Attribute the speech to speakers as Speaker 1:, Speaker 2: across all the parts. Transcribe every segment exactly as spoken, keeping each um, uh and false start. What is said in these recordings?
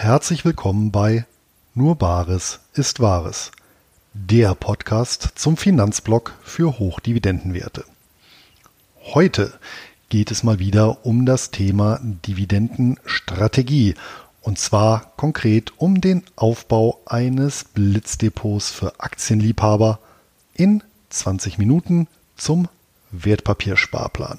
Speaker 1: herzlich willkommen bei Nur Bares ist Wahres, der Podcast zum Finanzblog für Hochdividendenwerte. Heute geht es mal wieder um das Thema Dividendenstrategie und zwar konkret um den Aufbau eines Blitzdepots für Aktienliebhaber in zwanzig Minuten zum Wertpapiersparplan.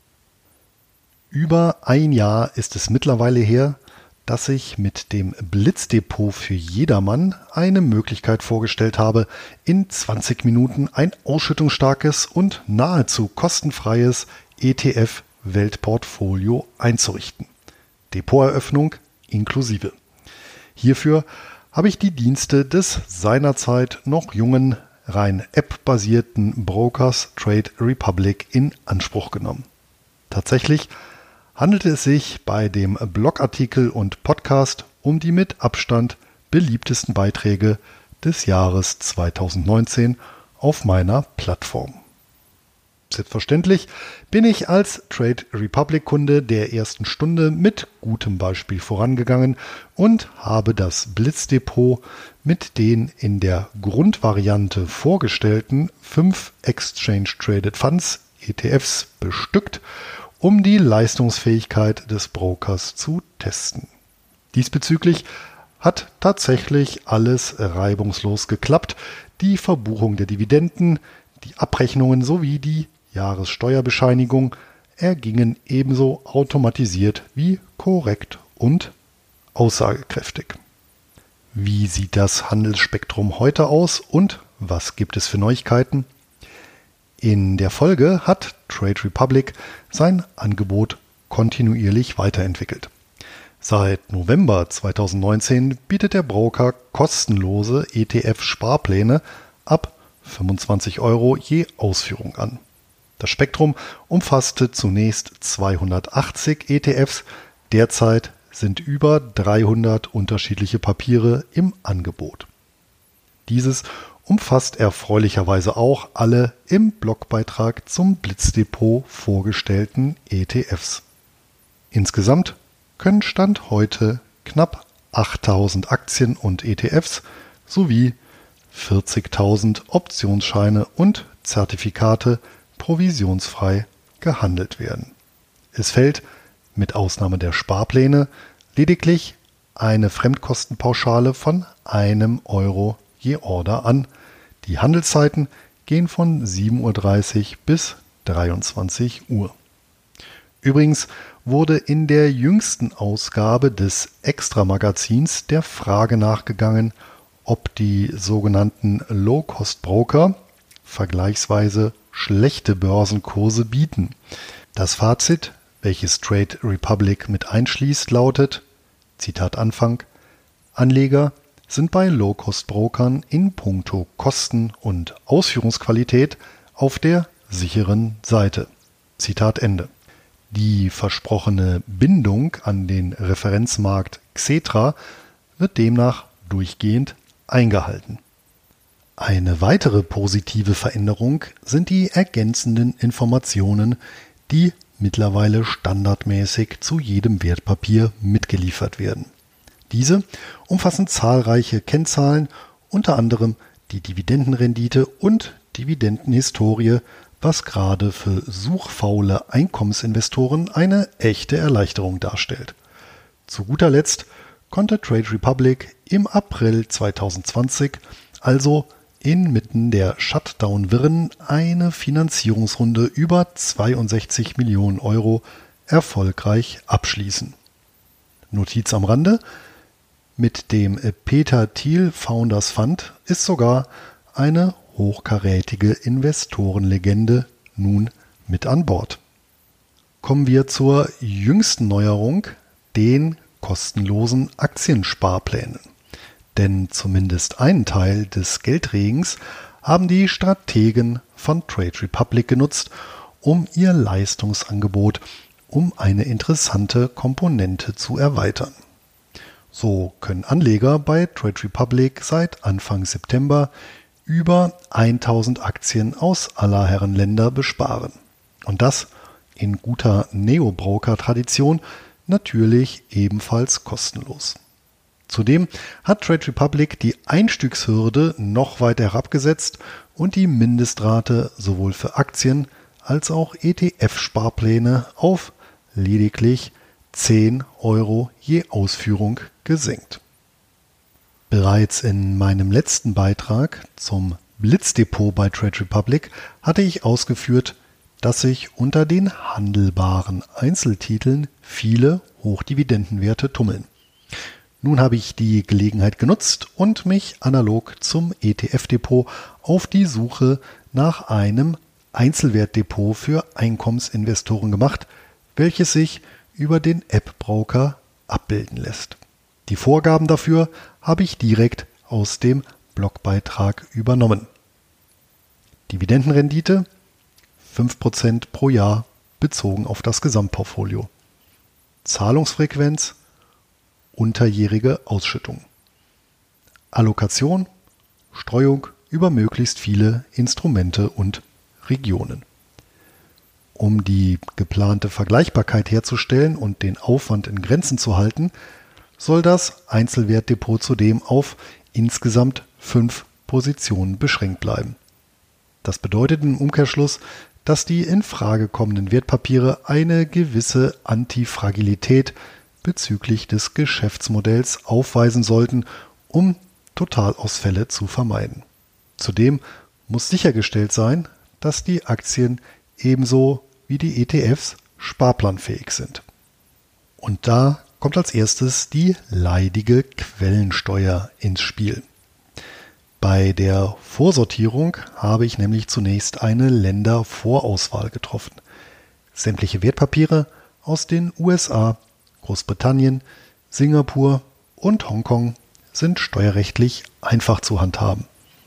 Speaker 1: Über ein Jahr ist es mittlerweile her, dass ich mit dem Blitzdepot für jedermann eine Möglichkeit vorgestellt habe, in zwanzig Minuten ein ausschüttungsstarkes und nahezu kostenfreies E T F-Weltportfolio einzurichten. Depoteröffnung inklusive. Hierfür habe ich die Dienste des seinerzeit noch jungen, rein App-basierten Brokers Trade Republic in Anspruch genommen. Tatsächlich handelte es sich bei dem Blogartikel und Podcast um die mit Abstand beliebtesten Beiträge des Jahres zweitausendneunzehn auf meiner Plattform. Selbstverständlich bin ich als Trade Republic Kunde der ersten Stunde mit gutem Beispiel vorangegangen und habe das Blitzdepot mit den in der Grundvariante vorgestellten fünf Exchange Traded Funds E T Fs bestückt, um die Leistungsfähigkeit des Brokers zu testen. Diesbezüglich hat tatsächlich alles reibungslos geklappt. Die Verbuchung der Dividenden, die Abrechnungen sowie die Jahressteuerbescheinigung ergingen ebenso automatisiert wie korrekt und aussagekräftig. Wie sieht das Handelsspektrum heute aus und was gibt es für Neuigkeiten? In der Folge hat Trade Republic sein Angebot kontinuierlich weiterentwickelt. Seit November zweitausendneunzehn bietet der Broker kostenlose E T F-Sparpläne ab fünfundzwanzig Euro je Ausführung an. Das Spektrum umfasste zunächst zweihundertachtzig E T Fs, derzeit sind über dreihundert unterschiedliche Papiere im Angebot. Dieses umfasst erfreulicherweise auch alle im Blogbeitrag zum Blitzdepot vorgestellten E T Fs. Insgesamt können Stand heute knapp achttausend Aktien und E T Fs sowie vierzigtausend Optionsscheine und Zertifikate provisionsfrei gehandelt werden. Es fällt, mit Ausnahme der Sparpläne, lediglich eine Fremdkostenpauschale von einem Euro je Order an. Die Handelszeiten gehen von sieben Uhr dreißig bis dreiundzwanzig Uhr. Übrigens wurde in der jüngsten Ausgabe des Extra-Magazins der Frage nachgegangen, ob die sogenannten Low-Cost-Broker vergleichsweise schlechte Börsenkurse bieten. Das Fazit, welches Trade Republic mit einschließt, lautet, Zitat Anfang, Anleger sind bei Low-Cost-Brokern in puncto Kosten und Ausführungsqualität auf der sicheren Seite. Zitat Ende. Die versprochene Bindung an den Referenzmarkt Xetra wird demnach durchgehend eingehalten. Eine weitere positive Veränderung sind die ergänzenden Informationen, die mittlerweile standardmäßig zu jedem Wertpapier mitgeliefert werden. Diese umfassen zahlreiche Kennzahlen, unter anderem die Dividendenrendite und Dividendenhistorie, was gerade für suchfaule Einkommensinvestoren eine echte Erleichterung darstellt. Zu guter Letzt konnte Trade Republic im April zweitausendzwanzig, also inmitten der Shutdown-Wirren, eine Finanzierungsrunde über zweiundsechzig Millionen Euro erfolgreich abschließen. Notiz am Rande: Mit dem Peter Thiel Founders Fund ist sogar eine hochkarätige Investorenlegende nun mit an Bord. Kommen wir zur jüngsten Neuerung, den kostenlosen Aktiensparplänen. Denn zumindest einen Teil des Geldregens haben die Strategen von Trade Republic genutzt, um ihr Leistungsangebot um eine interessante Komponente zu erweitern. So können Anleger bei Trade Republic seit Anfang September über tausend Aktien aus aller Herren Länder besparen. Und das in guter Neo-Broker-Tradition natürlich ebenfalls kostenlos. Zudem hat Trade Republic die Einstiegshürde noch weiter herabgesetzt und die Mindestrate sowohl für Aktien als auch E T F-Sparpläne auf lediglich zehn Euro je Ausführung gesenkt. Bereits in meinem letzten Beitrag zum Blitzdepot bei Trade Republic hatte ich ausgeführt, dass sich unter den handelbaren Einzeltiteln viele Hochdividendenwerte tummeln. Nun habe ich die Gelegenheit genutzt und mich analog zum E T F-Depot auf die Suche nach einem Einzelwertdepot für Einkommensinvestoren gemacht, welches sich über den App-Broker abbilden lässt. Die Vorgaben dafür habe ich direkt aus dem Blogbeitrag übernommen. Dividendenrendite fünf Prozent pro Jahr bezogen auf das Gesamtportfolio. Zahlungsfrequenz unterjährige Ausschüttung. Allokation, Streuung über möglichst viele Instrumente und Regionen. Um die geplante Vergleichbarkeit herzustellen und den Aufwand in Grenzen zu halten, soll das Einzelwertdepot zudem auf insgesamt fünf Positionen beschränkt bleiben. Das bedeutet im Umkehrschluss, dass die in Frage kommenden Wertpapiere eine gewisse Antifragilität bezüglich des Geschäftsmodells aufweisen sollten, um Totalausfälle zu vermeiden. Zudem muss sichergestellt sein, dass die Aktien ebenso wie die E T Fs sparplanfähig sind. Und da kommt als erstes die leidige Quellensteuer ins Spiel. Bei der Vorsortierung habe ich nämlich zunächst eine Ländervorauswahl getroffen. Sämtliche Wertpapiere aus den U S A, Großbritannien, Singapur und Hongkong sind steuerrechtlich einfach zu handhaben.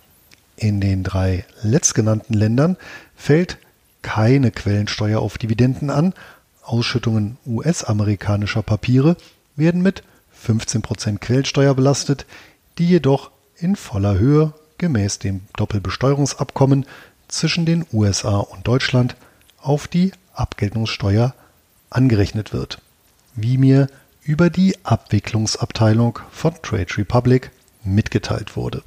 Speaker 1: In den drei letztgenannten Ländern fällt keine Quellensteuer auf Dividenden an. Ausschüttungen U S-amerikanischer Papiere werden mit fünfzehn Prozent Quellensteuer belastet, die jedoch in voller Höhe gemäß dem Doppelbesteuerungsabkommen zwischen den U S A und Deutschland auf die Abgeltungssteuer angerechnet wird, wie mir über die Abwicklungsabteilung von Trade Republic mitgeteilt wurde.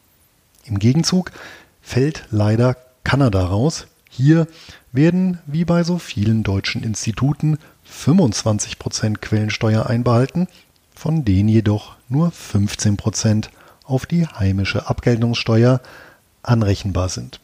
Speaker 1: Im Gegenzug fällt leider Kanada raus. Hier werden, wie bei so vielen deutschen Instituten, fünfundzwanzig Prozent Quellensteuer einbehalten, von denen jedoch nur fünfzehn Prozent auf die heimische Abgeltungssteuer anrechenbar sind.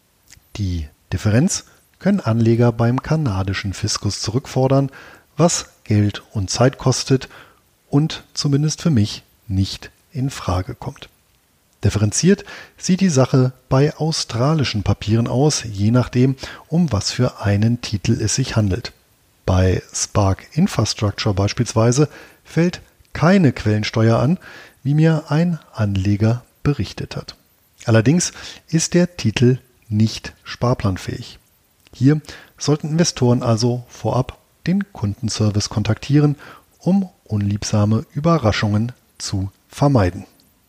Speaker 1: Die Differenz können Anleger beim kanadischen Fiskus zurückfordern, was Geld und Zeit kostet und zumindest für mich nicht in Frage kommt. Differenziert sieht die Sache bei australischen Papieren aus, je nachdem, um was für einen Titel es sich handelt. Bei Spark Infrastructure beispielsweise fällt keine Quellensteuer an, wie mir ein Anleger berichtet hat. Allerdings ist der Titel nicht sparplanfähig. Hier sollten Investoren also vorab den Kundenservice kontaktieren, um unliebsame Überraschungen zu vermeiden.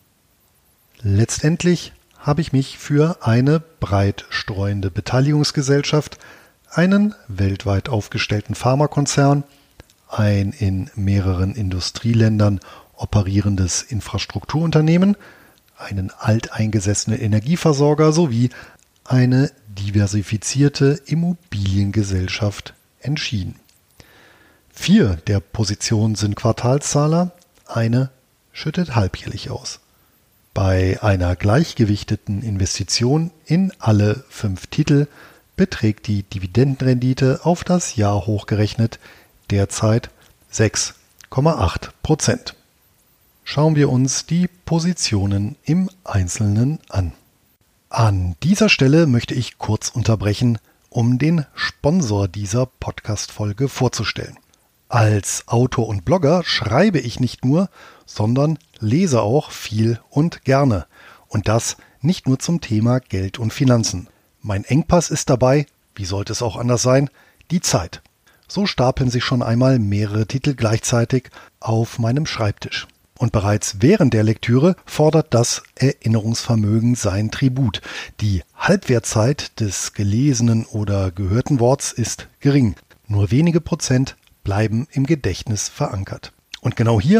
Speaker 1: Letztendlich habe ich mich für eine breit streuende Beteiligungsgesellschaft, einen weltweit aufgestellten Pharmakonzern, ein in mehreren Industrieländern operierendes Infrastrukturunternehmen, einen alteingesessenen Energieversorger sowie eine diversifizierte Immobiliengesellschaft entschieden. Vier der Positionen sind Quartalszahler, eine schüttet halbjährlich aus. Bei einer gleichgewichteten Investition in alle fünf Titel beträgt die Dividendenrendite auf das Jahr hochgerechnet derzeit sechs Komma acht Prozent. Schauen wir uns die Positionen im Einzelnen an. An dieser Stelle möchte ich kurz unterbrechen, um den Sponsor dieser Podcast-Folge vorzustellen. Als Autor und Blogger schreibe ich nicht nur, sondern lese auch viel und gerne. Und das nicht nur zum Thema Geld und Finanzen. Mein Engpass ist dabei, wie sollte es auch anders sein, die Zeit. So stapeln sich schon einmal mehrere Titel gleichzeitig auf meinem Schreibtisch. Und bereits während der Lektüre fordert das Erinnerungsvermögen sein Tribut. Die Halbwertzeit des gelesenen oder gehörten Worts ist gering. Nur wenige Prozent bleiben im Gedächtnis verankert. Und genau hier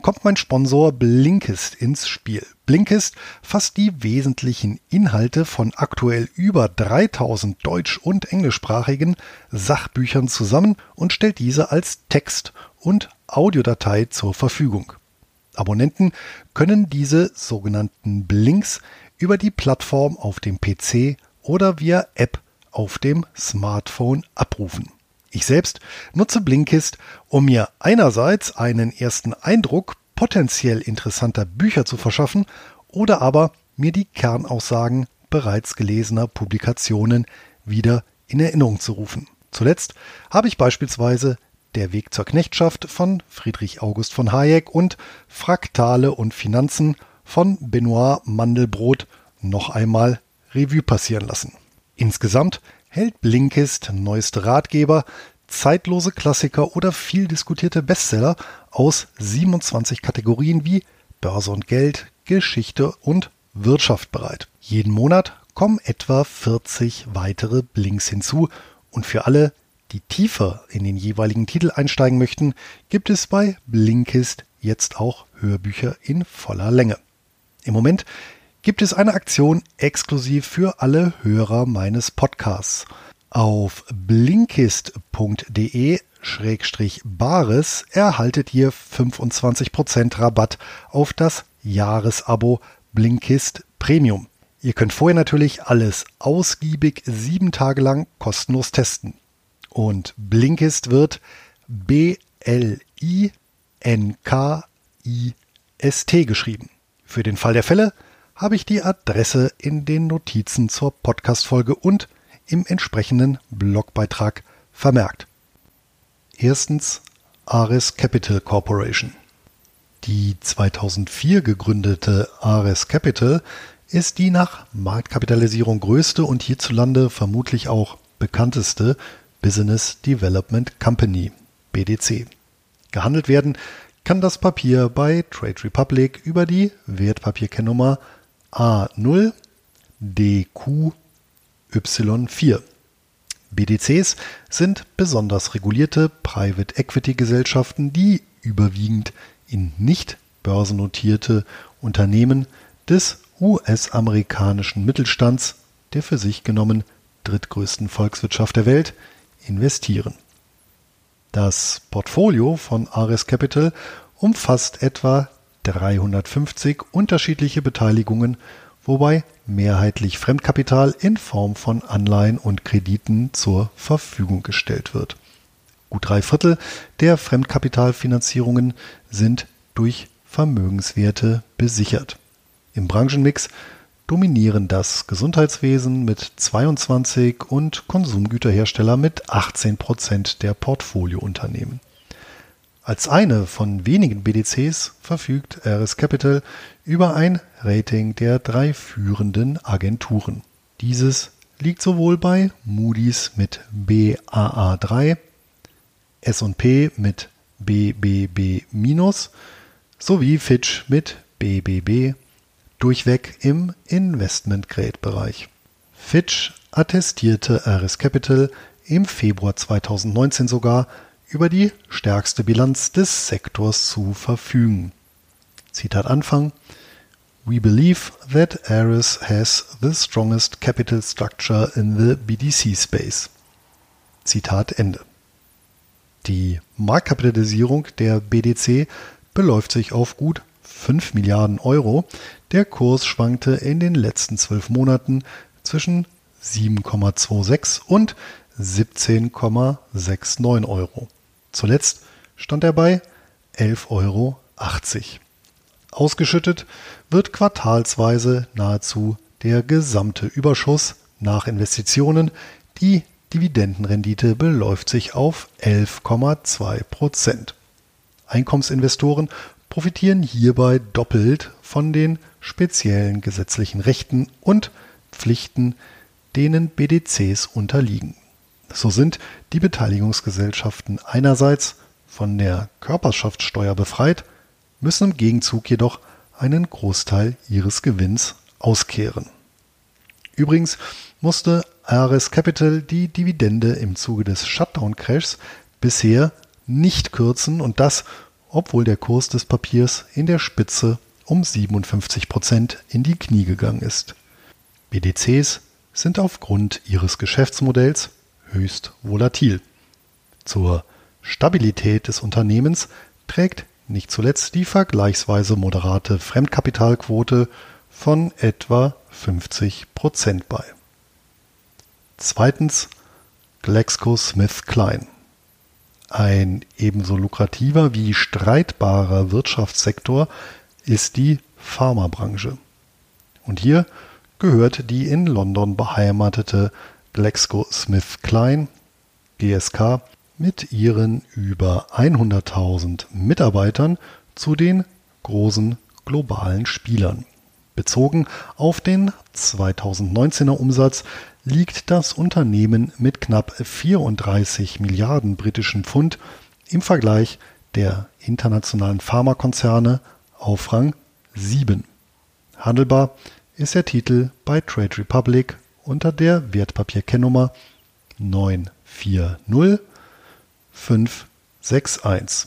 Speaker 1: kommt mein Sponsor Blinkist ins Spiel. Blinkist fasst die wesentlichen Inhalte von aktuell über dreitausend deutsch- und englischsprachigen Sachbüchern zusammen und stellt diese als Text- und Audiodatei zur Verfügung. Abonnenten können diese sogenannten Blinks über die Plattform auf dem P C oder via App auf dem Smartphone abrufen. Ich selbst nutze Blinkist, um mir einerseits einen ersten Eindruck potenziell interessanter Bücher zu verschaffen oder aber mir die Kernaussagen bereits gelesener Publikationen wieder in Erinnerung zu rufen. Zuletzt habe ich beispielsweise Der Weg zur Knechtschaft von Friedrich August von Hayek und Fraktale und Finanzen von Benoit Mandelbrot noch einmal Revue passieren lassen. Insgesamt hält Blinkist neueste Ratgeber, zeitlose Klassiker oder viel diskutierte Bestseller aus siebenundzwanzig Kategorien wie Börse und Geld, Geschichte und Wirtschaft bereit. Jeden Monat kommen etwa vierzig weitere Blinks hinzu und für alle, die tiefer in den jeweiligen Titel einsteigen möchten, gibt es bei Blinkist jetzt auch Hörbücher in voller Länge. Im Moment gibt es eine Aktion exklusiv für alle Hörer meines Podcasts. Auf blinkist punkt de schrägstrich bares erhaltet ihr fünfundzwanzig Prozent Rabatt auf das Jahresabo Blinkist Premium. Ihr könnt vorher natürlich alles ausgiebig sieben Tage lang kostenlos testen. Und Blinkist wird B L I N K I S T geschrieben. Für den Fall der Fälle habe ich die Adresse in den Notizen zur Podcast-Folge und im entsprechenden Blogbeitrag vermerkt. Erstens Ares Capital Corporation. Die zweitausendvier gegründete Ares Capital ist die nach Marktkapitalisierung größte und hierzulande vermutlich auch bekannteste Business Development Company, B D C. Gehandelt werden kann das Papier bei Trade Republic über die Wertpapierkennnummer A null D Q Y vier. B D Cs sind besonders regulierte Private Equity Gesellschaften, die überwiegend in nicht börsennotierte Unternehmen des U S-amerikanischen Mittelstands, der für sich genommen drittgrößten Volkswirtschaft der Welt, investieren. Das Portfolio von Ares Capital umfasst etwa dreihundertfünfzig unterschiedliche Beteiligungen, wobei mehrheitlich Fremdkapital in Form von Anleihen und Krediten zur Verfügung gestellt wird. Gut drei Viertel der Fremdkapitalfinanzierungen sind durch Vermögenswerte besichert. Im Branchenmix dominieren das Gesundheitswesen mit zweiundzwanzig und Konsumgüterhersteller mit achtzehn Prozent der Portfoliounternehmen. Als eine von wenigen B D Cs verfügt Ares Capital über ein Rating der drei führenden Agenturen. Dieses liegt sowohl bei Moody's mit B A A drei, S und P mit B B B minus sowie Fitch mit B B B durchweg im Investment-Grade-Bereich. Fitch attestierte Ares Capital im Februar zweitausendneunzehn sogar über die stärkste Bilanz des Sektors zu verfügen. Zitat Anfang: We believe that Ares has the strongest capital structure in the B D C space. Zitat Ende. Die Marktkapitalisierung der B D C beläuft sich auf gut fünf Milliarden Euro. Der Kurs schwankte in den letzten zwölf Monaten zwischen sieben Komma sechsundzwanzig und siebzehn Komma neunundsechzig Euro. Zuletzt stand er bei elf Euro achtzig. Ausgeschüttet wird quartalsweise nahezu der gesamte Überschuss nach Investitionen. Die Dividendenrendite beläuft sich auf elf Komma zwei Prozent. Einkommensinvestoren profitieren hierbei doppelt von den speziellen gesetzlichen Rechten und Pflichten, denen B D Cs unterliegen. So sind die Beteiligungsgesellschaften einerseits von der Körperschaftssteuer befreit, müssen im Gegenzug jedoch einen Großteil ihres Gewinns auskehren. Übrigens musste Ares Capital die Dividende im Zuge des Shutdown-Crashs bisher nicht kürzen und das, obwohl der Kurs des Papiers in der Spitze um siebenundfünfzig Prozent in die Knie gegangen ist. B D Cs sind aufgrund ihres Geschäftsmodells höchst volatil. Zur Stabilität des Unternehmens trägt nicht zuletzt die vergleichsweise moderate Fremdkapitalquote von etwa fünfzig Prozent bei. Zweitens GlaxoSmithKline. Ein ebenso lukrativer wie streitbarer Wirtschaftssektor ist die Pharmabranche. Und hier gehört die in London beheimatete GlaxoSmithKline, G S K, mit ihren über hunderttausend Mitarbeitern zu den großen globalen Spielern. Bezogen auf den zweitausendneunzehner Umsatz liegt das Unternehmen mit knapp vierunddreißig Milliarden britischen Pfund im Vergleich der internationalen Pharmakonzerne auf Rang sieben. Handelbar ist der Titel bei Trade Republic unter der Wertpapierkennnummer neun vier null fünf sechs eins.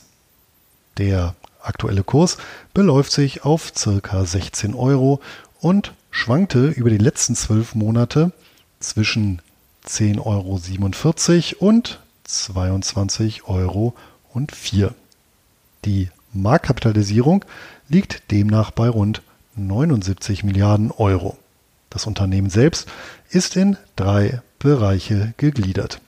Speaker 1: Der aktuelle Kurs beläuft sich auf ca. sechzehn Euro und schwankte über die letzten zwölf Monate zwischen zehn Euro siebenundvierzig und zweiundzwanzig Euro und vier. Die Marktkapitalisierung liegt demnach bei rund neunundsiebzig Milliarden Euro. Das Unternehmen selbst ist in drei Bereiche gegliedert.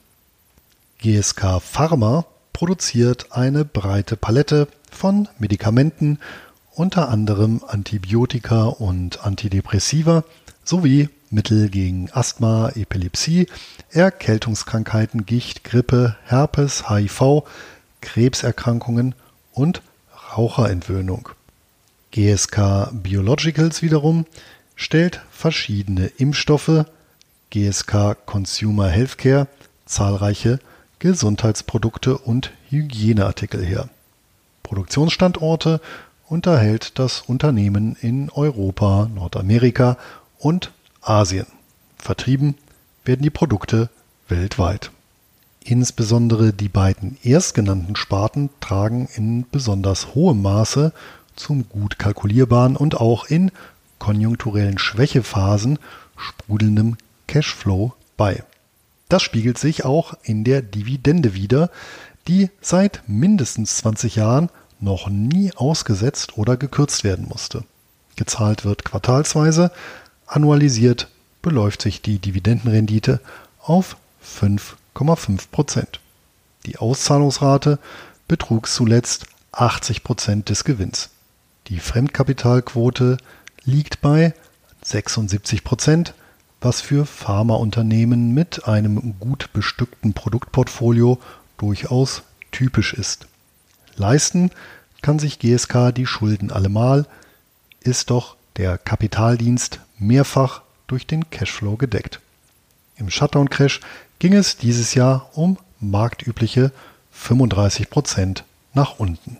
Speaker 1: G S K Pharma produziert eine breite Palette von Medikamenten, unter anderem Antibiotika und Antidepressiva sowie Mittel gegen Asthma, Epilepsie, Erkältungskrankheiten, Gicht, Grippe, Herpes, H I V, Krebserkrankungen und Raucherentwöhnung. G S K Biologicals wiederum stellt verschiedene Impfstoffe, G S K Consumer Healthcare zahlreiche Gesundheitsprodukte und Hygieneartikel her. Produktionsstandorte unterhält das Unternehmen in Europa, Nordamerika und Asien. Vertrieben werden die Produkte weltweit. Insbesondere die beiden erstgenannten Sparten tragen in besonders hohem Maße zum gut kalkulierbaren und auch in konjunkturellen Schwächephasen sprudelndem Cashflow bei. Das spiegelt sich auch in der Dividende wider, die seit mindestens zwanzig Jahren noch nie ausgesetzt oder gekürzt werden musste. Gezahlt wird quartalsweise, annualisiert beläuft sich die Dividendenrendite auf fünf Komma fünf Prozent. Die Auszahlungsrate betrug zuletzt achtzig Prozent des Gewinns. Die Fremdkapitalquote liegt bei sechsundsiebzig Prozent, was für Pharmaunternehmen mit einem gut bestückten Produktportfolio durchaus typisch ist. Leisten kann sich G S K die Schulden allemal, ist doch der Kapitaldienst mehrfach durch den Cashflow gedeckt. Im Shutdown-Crash ging es dieses Jahr um marktübliche fünfunddreißig Prozent nach unten.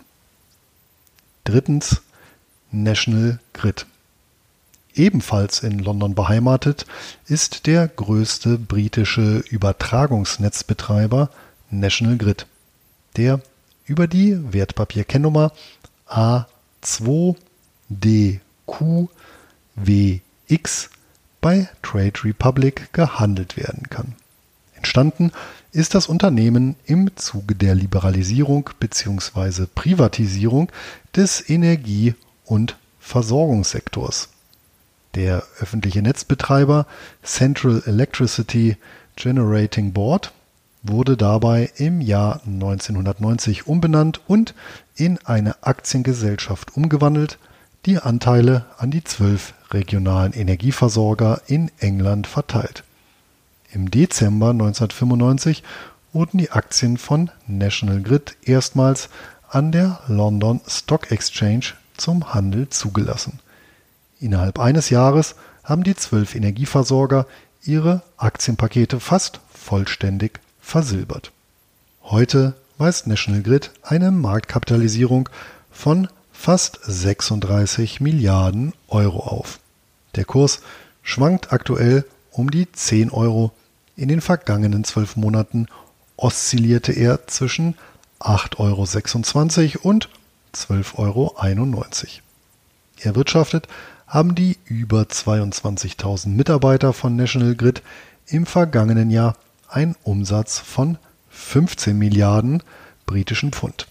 Speaker 1: Drittens National Grid. Ebenfalls in London beheimatet ist der größte britische Übertragungsnetzbetreiber National Grid, der über die Wertpapierkennnummer A zwei D Q W X bei Trade Republic gehandelt werden kann. Entstanden ist das Unternehmen im Zuge der Liberalisierung bzw. Privatisierung des Energie- und Versorgungssektors. Der öffentliche Netzbetreiber Central Electricity Generating Board wurde dabei im Jahr neunzehnhundertneunzig umbenannt und in eine Aktiengesellschaft umgewandelt, die Anteile an die zwölf regionalen Energieversorger in England verteilt. Im Dezember neunzehnhundertfünfundneunzig wurden die Aktien von National Grid erstmals an der London Stock Exchange zum Handel zugelassen. Innerhalb eines Jahres haben die zwölf Energieversorger ihre Aktienpakete fast vollständig versilbert. Heute weist National Grid eine Marktkapitalisierung von fast sechsunddreißig Milliarden Euro auf. Der Kurs schwankt aktuell um die zehn Euro. In den vergangenen zwölf Monaten oszillierte er zwischen acht Euro sechsundzwanzig und zwölf Euro einundneunzig. Erwirtschaftet haben die über zweiundzwanzigtausend Mitarbeiter von National Grid im vergangenen Jahr einen Umsatz von fünfzehn Milliarden britischen Pfund.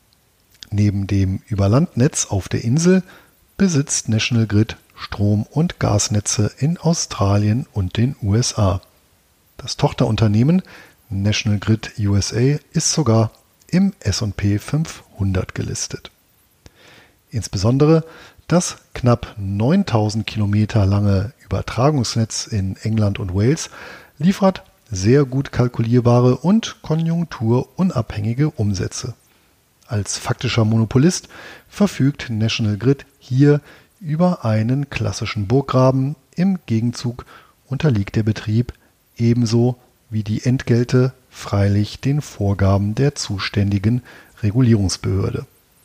Speaker 1: Neben dem Überlandnetz auf der Insel besitzt National Grid Strom- und Gasnetze in Australien und den U S A. Das Tochterunternehmen National Grid U S A ist sogar im S und P fünfhundert gelistet. Insbesondere das knapp neuntausend Kilometer lange Übertragungsnetz in England und Wales liefert sehr gut kalkulierbare und konjunkturunabhängige Umsätze. Als faktischer Monopolist verfügt National Grid hier über einen klassischen Burggraben. Im Gegenzug unterliegt der Betrieb ebenso wie die Entgelte freilich den Vorgaben der zuständigen Regulierungsbehörde.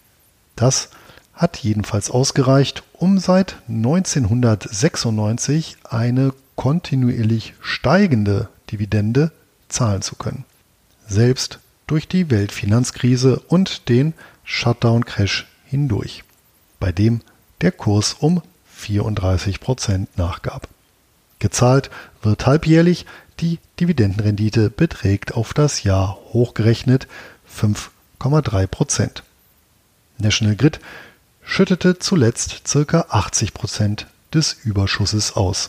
Speaker 1: Das hat jedenfalls ausgereicht, um seit neunzehnhundertsechsundneunzig eine kontinuierlich steigende Dividende zahlen zu können. Selbst durch die Weltfinanzkrise und den Shutdown-Crash hindurch, bei dem der Kurs um vierunddreißig Prozent nachgab. Gezahlt wird halbjährlich, die Dividendenrendite beträgt auf das Jahr hochgerechnet fünf Komma drei Prozent. National Grid schüttete zuletzt ca. achtzig Prozent des Überschusses aus.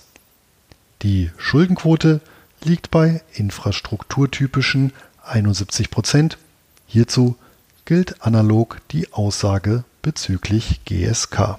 Speaker 1: Die Schuldenquote liegt bei infrastrukturtypischen einundsiebzig Prozent. Hierzu gilt analog die Aussage bezüglich G S K.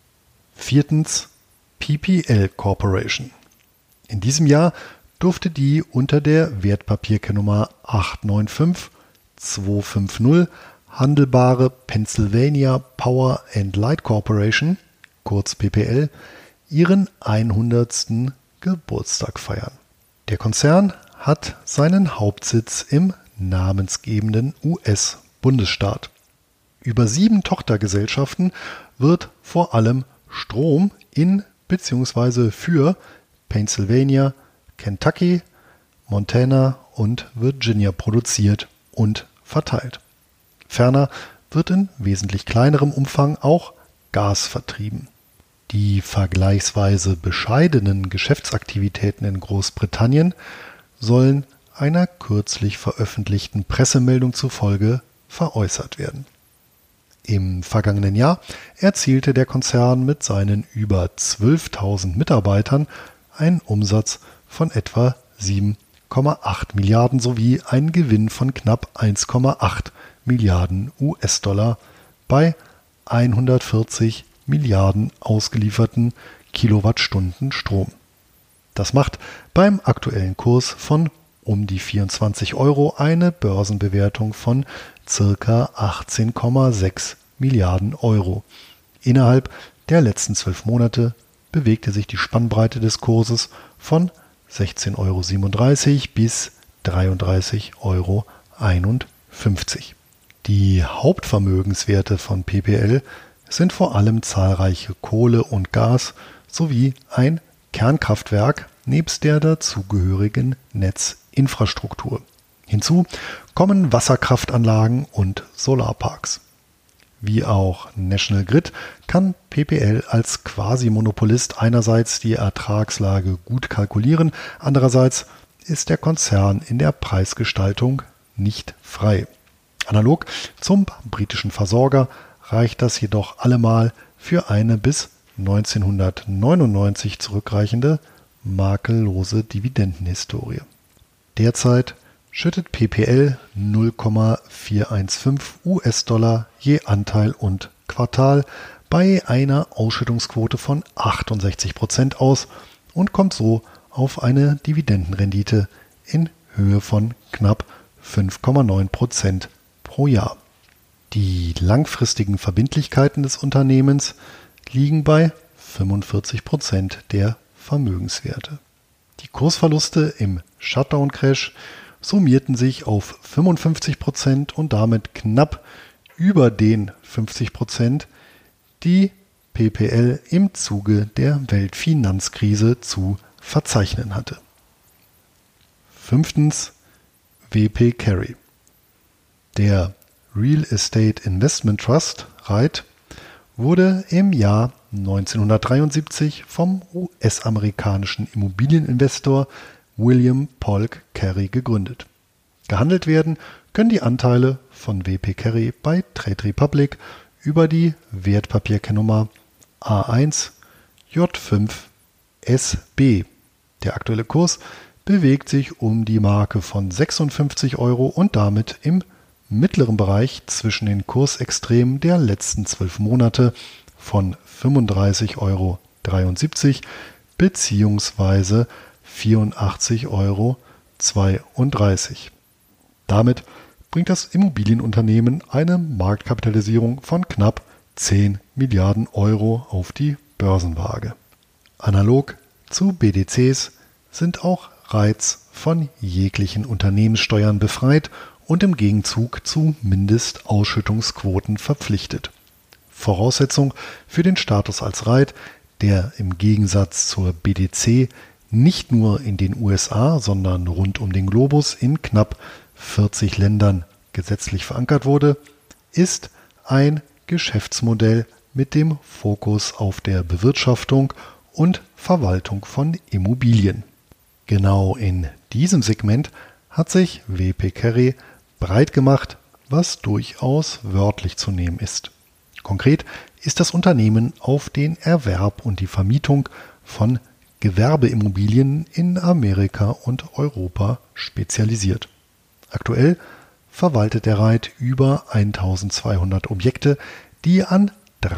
Speaker 1: Viertens, P P L Corporation. In diesem Jahr durfte die unter der Wertpapierkennnummer acht neun fünf zwei fünf null handelbare Pennsylvania Power and Light Corporation, kurz P P L, ihren hundertsten Geburtstag feiern. Der Konzern hat seinen Hauptsitz im namensgebenden U S-Bundesstaat. Über sieben Tochtergesellschaften wird vor allem Strom in bzw. für Pennsylvania, Kentucky, Montana und Virginia produziert und verteilt. Ferner wird in wesentlich kleinerem Umfang auch Gas vertrieben. Die vergleichsweise bescheidenen Geschäftsaktivitäten in Großbritannien sollen einer kürzlich veröffentlichten Pressemeldung zufolge veräußert werden. Im vergangenen Jahr erzielte der Konzern mit seinen über zwölftausend Mitarbeitern einen Umsatz von etwa sieben Komma acht Milliarden sowie einen Gewinn von knapp eins Komma acht Milliarden U S-Dollar bei hundertvierzig Milliarden ausgelieferten Kilowattstunden Strom. Das macht beim aktuellen Kurs von um die vierundzwanzig Euro eine Börsenbewertung von ca. achtzehn Komma sechs Milliarden Euro. Innerhalb der letzten zwölf Monate bewegte sich die Spannbreite des Kurses von sechzehn Euro siebenunddreißig bis dreiunddreißig Euro einundfünfzig. Die Hauptvermögenswerte von P P L sind vor allem zahlreiche Kohle und Gas sowie ein Kernkraftwerk nebst der dazugehörigen Netzinfrastruktur. Hinzu kommen Wasserkraftanlagen und Solarparks. Wie auch National Grid kann P P L als Quasi-Monopolist einerseits die Ertragslage gut kalkulieren, andererseits ist der Konzern in der Preisgestaltung nicht frei. Analog zum britischen Versorger reicht das jedoch allemal für eine bis neunzehnhundertneunundneunzig zurückreichende makellose Dividendenhistorie. Derzeit schüttet P P L null Komma vierhundertfünfzehn U S-Dollar je Anteil und Quartal bei einer Ausschüttungsquote von achtundsechzig Prozent aus und kommt so auf eine Dividendenrendite in Höhe von knapp fünf Komma neun Prozent pro Jahr. Die langfristigen Verbindlichkeiten des Unternehmens liegen bei fünfundvierzig Prozent der Vermögenswerte. Die Kursverluste im Shutdown-Crash summierten sich auf fünfundfünfzig Prozent und damit knapp über den fünfzig Prozent, die P P L im Zuge der Weltfinanzkrise zu verzeichnen hatte. Fünftens, W P Carey. Der Real Estate Investment Trust REIT wurde im Jahr neunzehnhundertdreiundsiebzig vom U S-amerikanischen Immobilieninvestor William Polk Carey gegründet. Gehandelt werden können die Anteile von W P Carey bei Trade Republic über die Wertpapierkennnummer A eins J fünf S B. Der aktuelle Kurs bewegt sich um die Marke von sechsundfünfzig Euro und damit im mittleren Bereich zwischen den Kursextremen der letzten zwölf Monate von fünfunddreißig Euro dreiundsiebzig bzw. vierundachtzig Euro zweiunddreißig. Damit bringt das Immobilienunternehmen eine Marktkapitalisierung von knapp zehn Milliarden Euro auf die Börsenwaage. Analog zu B D Cs sind auch REITs von jeglichen Unternehmenssteuern befreit und im Gegenzug zu Mindestausschüttungsquoten verpflichtet. Voraussetzung für den Status als REIT, der im Gegensatz zur B D C nicht nur in den U S A, sondern rund um den Globus in knapp vierzig Ländern gesetzlich verankert wurde, ist ein Geschäftsmodell mit dem Fokus auf der Bewirtschaftung und Verwaltung von Immobilien. Genau in diesem Segment hat sich W P Carey breit gemacht, was durchaus wörtlich zu nehmen ist. Konkret ist das Unternehmen auf den Erwerb und die Vermietung von Gewerbeimmobilien in Amerika und Europa spezialisiert. Aktuell verwaltet der REIT über eintausendzweihundert Objekte, die an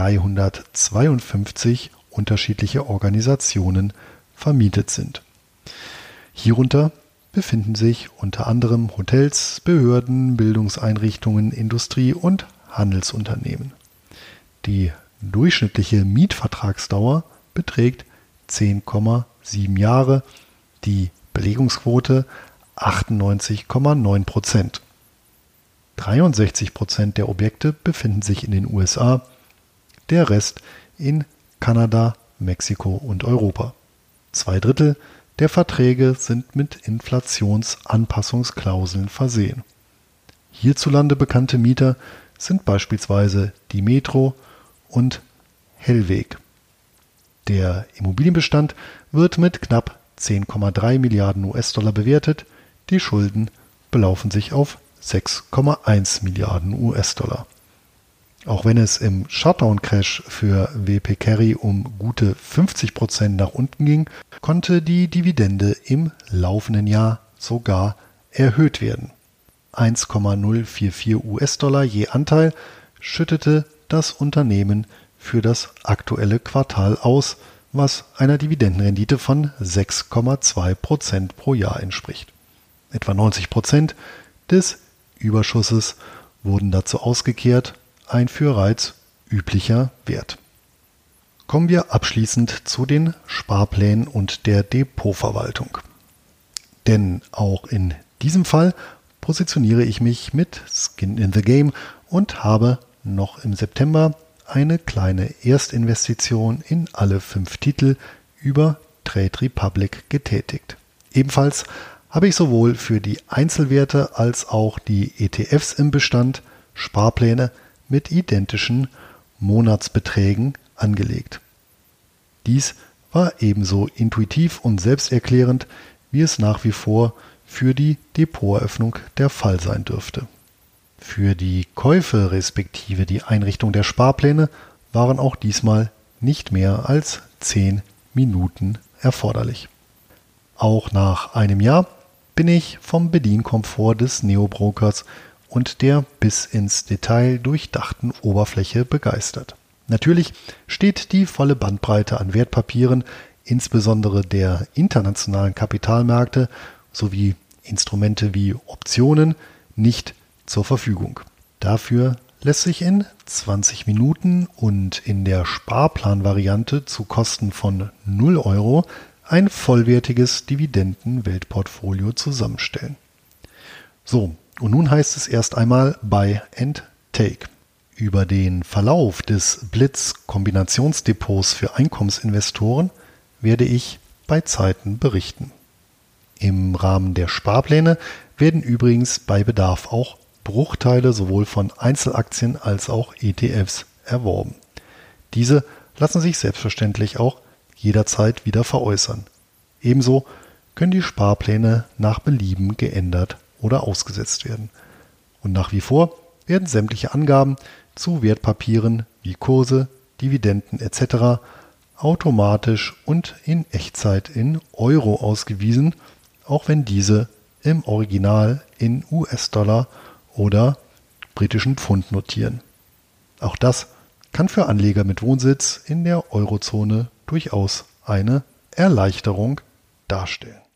Speaker 1: dreihundertzweiundfünfzig unterschiedliche Organisationen vermietet sind. Hierunter befinden sich unter anderem Hotels, Behörden, Bildungseinrichtungen, Industrie- und Handelsunternehmen. Die durchschnittliche Mietvertragsdauer beträgt zehn Komma sieben Jahre, die Belegungsquote achtundneunzig Komma neun Prozent. dreiundsechzig Prozent der Objekte befinden sich in den U S A, der Rest in Kanada, Mexiko und Europa. Zwei Drittel der Verträge sind mit Inflationsanpassungsklauseln versehen. Hierzulande bekannte Mieter sind beispielsweise die Metro und Hellweg. Der Immobilienbestand wird mit knapp zehn Komma drei Milliarden U S-Dollar bewertet, die Schulden belaufen sich auf sechs Komma eins Milliarden U S-Dollar. Auch wenn es im Shutdown-Crash für W P Carey um gute fünfzig Prozent nach unten ging, konnte die Dividende im laufenden Jahr sogar erhöht werden. eins Komma null vier vier U S-Dollar je Anteil schüttete das Unternehmen für das aktuelle Quartal aus, was einer Dividendenrendite von sechs Komma zwei Prozent pro Jahr entspricht. Etwa neunzig Prozent des Überschusses wurden dazu ausgekehrt, ein für REITs üblicher Wert. Kommen wir abschließend zu den Sparplänen und der Depotverwaltung. Denn auch in diesem Fall positioniere ich mich mit Skin in the Game und habe noch im September eine kleine Erstinvestition in alle fünf Titel über Trade Republic getätigt. Ebenfalls habe ich sowohl für die Einzelwerte als auch die E T Fs im Bestand Sparpläne mit identischen Monatsbeträgen angelegt. Dies war ebenso intuitiv und selbsterklärend, wie es nach wie vor für die Depoteröffnung der Fall sein dürfte. Für die Käufe respektive die Einrichtung der Sparpläne waren auch diesmal nicht mehr als zehn Minuten erforderlich. Auch nach einem Jahr bin ich vom Bedienkomfort des Neobrokers und der bis ins Detail durchdachten Oberfläche begeistert. Natürlich steht die volle Bandbreite an Wertpapieren, insbesondere der internationalen Kapitalmärkte sowie Instrumente wie Optionen, nicht zur Verfügung. Dafür lässt sich in zwanzig Minuten und in der Sparplanvariante zu Kosten von null Euro ein vollwertiges Dividenden-Weltportfolio zusammenstellen. So, und nun heißt es erst einmal Buy and Take. Über den Verlauf des Blitz-Kombinationsdepots für Einkommensinvestoren werde ich bei Zeiten berichten. Im Rahmen der Sparpläne werden übrigens bei Bedarf auch Bruchteile sowohl von Einzelaktien als auch E T Fs erworben. Diese lassen sich selbstverständlich auch jederzeit wieder veräußern. Ebenso können die Sparpläne nach Belieben geändert oder ausgesetzt werden. Und nach wie vor werden sämtliche Angaben zu Wertpapieren wie Kurse, Dividenden et cetera automatisch und in Echtzeit in Euro ausgewiesen, auch wenn diese im Original in U S-Dollar oder britischen Pfund notieren. Auch das kann für Anleger mit Wohnsitz in der Eurozone durchaus eine Erleichterung darstellen.